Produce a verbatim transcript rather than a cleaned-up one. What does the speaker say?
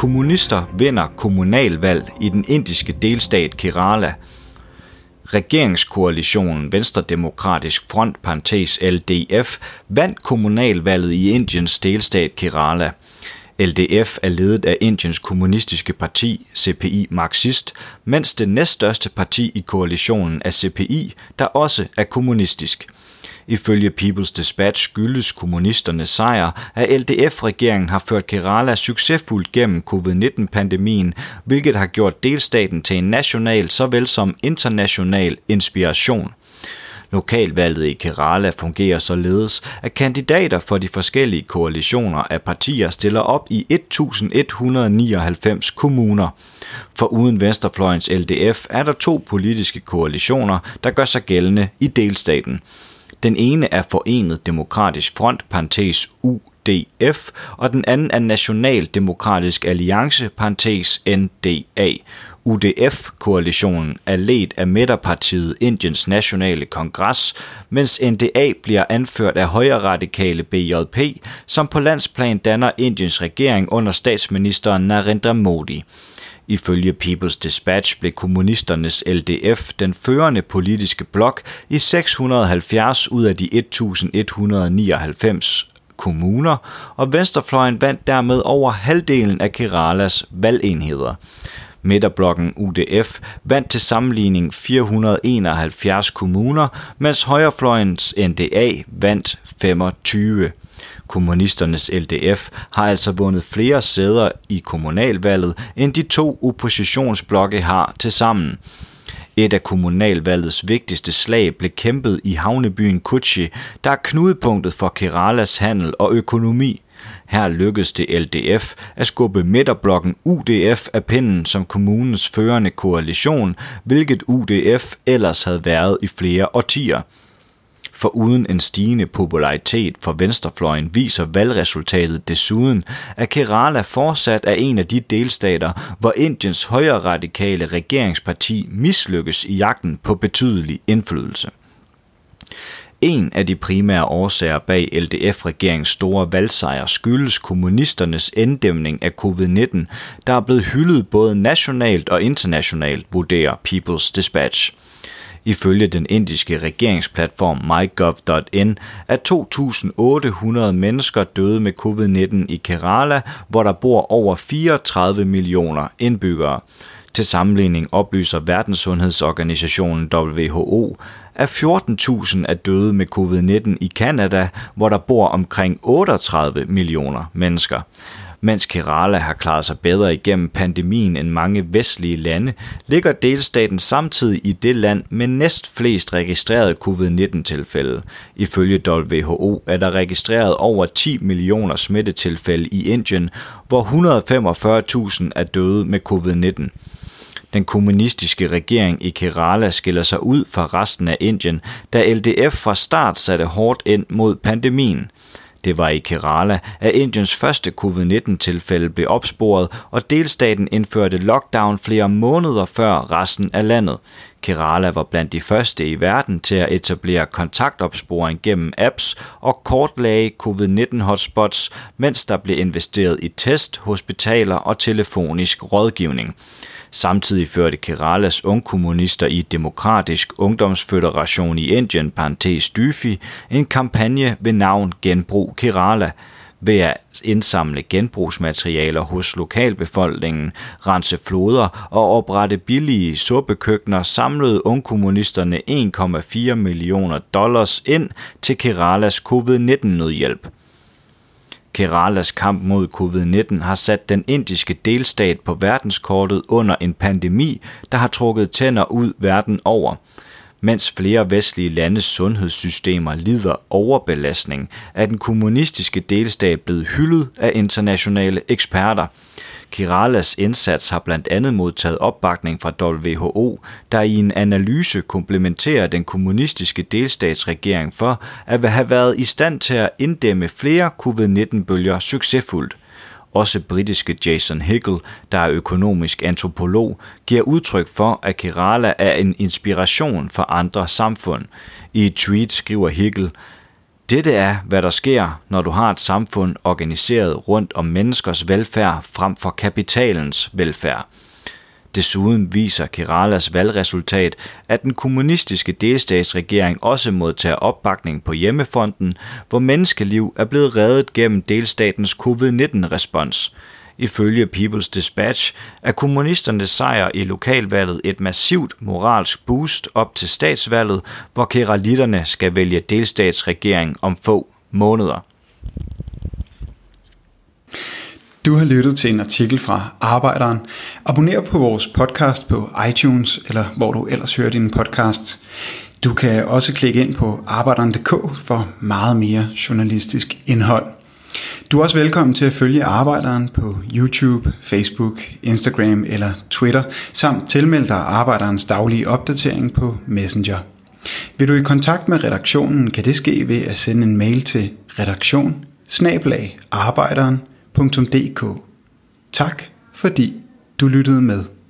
Kommunister vinder kommunalvalg i den indiske delstat Kerala. Regeringskoalitionen Venstre-Demokratisk Front parentes L D F vandt kommunalvalget i Indiens delstat Kerala. L D F er ledet af Indiens kommunistiske parti, C P I Marxist, mens det næststørste parti i koalitionen er C P I, der også er kommunistisk. Ifølge People's Dispatch skyldes kommunisternes sejr, at L D F-regeringen har ført Kerala succesfuldt gennem covid nitten-pandemien, hvilket har gjort delstaten til en national såvel som international inspiration. Lokalvalget i Kerala fungerer således, at kandidater for de forskellige koalitioner af partier stiller op i et tusind et hundrede nioghalvfems kommuner. Foruden venstrefløjens L D F er der to politiske koalitioner, der gør sig gældende i delstaten. Den ene er Forenet Demokratisk Front parentes U D F, og den anden er National Demokratisk Alliance parentes N D A. U D F-koalitionen er ledt af midterpartiet Indiens Nationale Kongres, mens N D A bliver anført af højreradikale B J P, som på landsplan danner Indiens regering under statsministeren Narendra Modi. Ifølge People's Dispatch blev kommunisternes L D F den førende politiske blok i seks hundrede og halvfjerds ud af de et tusind et hundrede nioghalvfems kommuner, og venstrefløjen vandt dermed over halvdelen af Keralas valgenheder. Midterblokken U D F vandt til sammenligning fire hundrede og enoghalvfjerds kommuner, mens højrefløjens N D A vandt femogtyve. Kommunisternes L D F har altså vundet flere sæder i kommunalvalget, end de to oppositionsblokke har til sammen. Et af kommunalvalgets vigtigste slag blev kæmpet i havnebyen Kochi, der er knudepunktet for Keralas handel og økonomi. Her lykkedes det L D F at skubbe midterblokken U D F af pinden som kommunens førende koalition, hvilket U D F ellers havde været i flere årtier. Foruden en stigende popularitet for venstrefløjen viser valgresultatet desuden, at Kerala fortsat er en af de delstater, hvor Indiens højreradikale regeringsparti mislykkes i jagten på betydelig indflydelse. En af de primære årsager bag L D F-regeringens store valgsejr skyldes kommunisternes inddæmning af covid nitten, der er blevet hyldet både nationalt og internationalt, vurderer People's Dispatch. Ifølge den indiske regeringsplatform mygov punktum in er to tusind otte hundrede mennesker døde med covid nitten i Kerala, hvor der bor over fireogtredive millioner indbyggere. Til sammenligning oplyser Verdenssundhedsorganisationen W H O, at fjorten tusind er døde med covid nitten i Canada, hvor der bor omkring otteogtredive millioner mennesker. Mens Kerala har klaret sig bedre igennem pandemien end mange vestlige lande, ligger delstaten samtidig i det land med næst flest registrerede covid nitten-tilfælde. Ifølge W H O er der registreret over ti millioner smittetilfælde i Indien, hvor et hundrede og femogfyrre tusind er døde med covid nitten. Den kommunistiske regering i Kerala skiller sig ud fra resten af Indien, da L D F fra start satte hårdt ind mod pandemien. Det var i Kerala, at Indiens første covid nitten-tilfælde blev opsporet, og delstaten indførte lockdown flere måneder før resten af landet. Kerala var blandt de første i verden til at etablere kontaktopsporing gennem apps og kortlagde covid nitten-hotspots, mens der blev investeret i test, hospitaler og telefonisk rådgivning. Samtidig førte Keralas ungkommunister i Demokratisk Ungdomsføderation i Indien, parentes D Y F I, en kampagne ved navn Genbrug Kerala. Ved at indsamle genbrugsmaterialer hos lokalbefolkningen, rense floder og oprette billige suppekøkkener, samlede ungkommunisterne en komma fire millioner dollars ind til Keralas covid nitten-nødhjælp. Keralas kamp mod covid nitten har sat den indiske delstat på verdenskortet under en pandemi, der har trukket tænder ud verden over. Mens flere vestlige landes sundhedssystemer lider overbelastning, er den kommunistiske delstat blevet hyldet af internationale eksperter. Keralas indsats har blandt andet modtaget opbakning fra W H O, der i en analyse komplementerer den kommunistiske delstatsregering for at have været i stand til at inddæmme flere covid nitten-bølger succesfuldt. Også britiske Jason Hickel, der er økonomisk antropolog, giver udtryk for, at Kerala er en inspiration for andre samfund. I et tweet skriver Hickel: Dette er, hvad der sker, når du har et samfund organiseret rundt om menneskers velfærd frem for kapitalens velfærd. Desuden viser Keralas valgresultat, at den kommunistiske delstatsregering også modtager opbakning på hjemmefronten, hvor menneskeliv er blevet reddet gennem delstatens covid nitten respons. Ifølge People's Dispatch er kommunisternes sejr i lokalvalget et massivt moralsk boost op til statsvalget, hvor keralitterne skal vælge delstatsregering om få måneder. Du har lyttet til en artikel fra Arbejderen. Abonner på vores podcast på iTunes, eller hvor du ellers hører din podcast. Du kan også klikke ind på arbejderen punktum d k for meget mere journalistisk indhold. Du er også velkommen til at følge Arbejderen på YouTube, Facebook, Instagram eller Twitter, samt tilmelde dig Arbejderens daglige opdatering på Messenger. Vil du i kontakt med redaktionen, kan det ske ved at sende en mail til redaktion bindestreg arbejderen punktum d k. Tak fordi du lyttede med.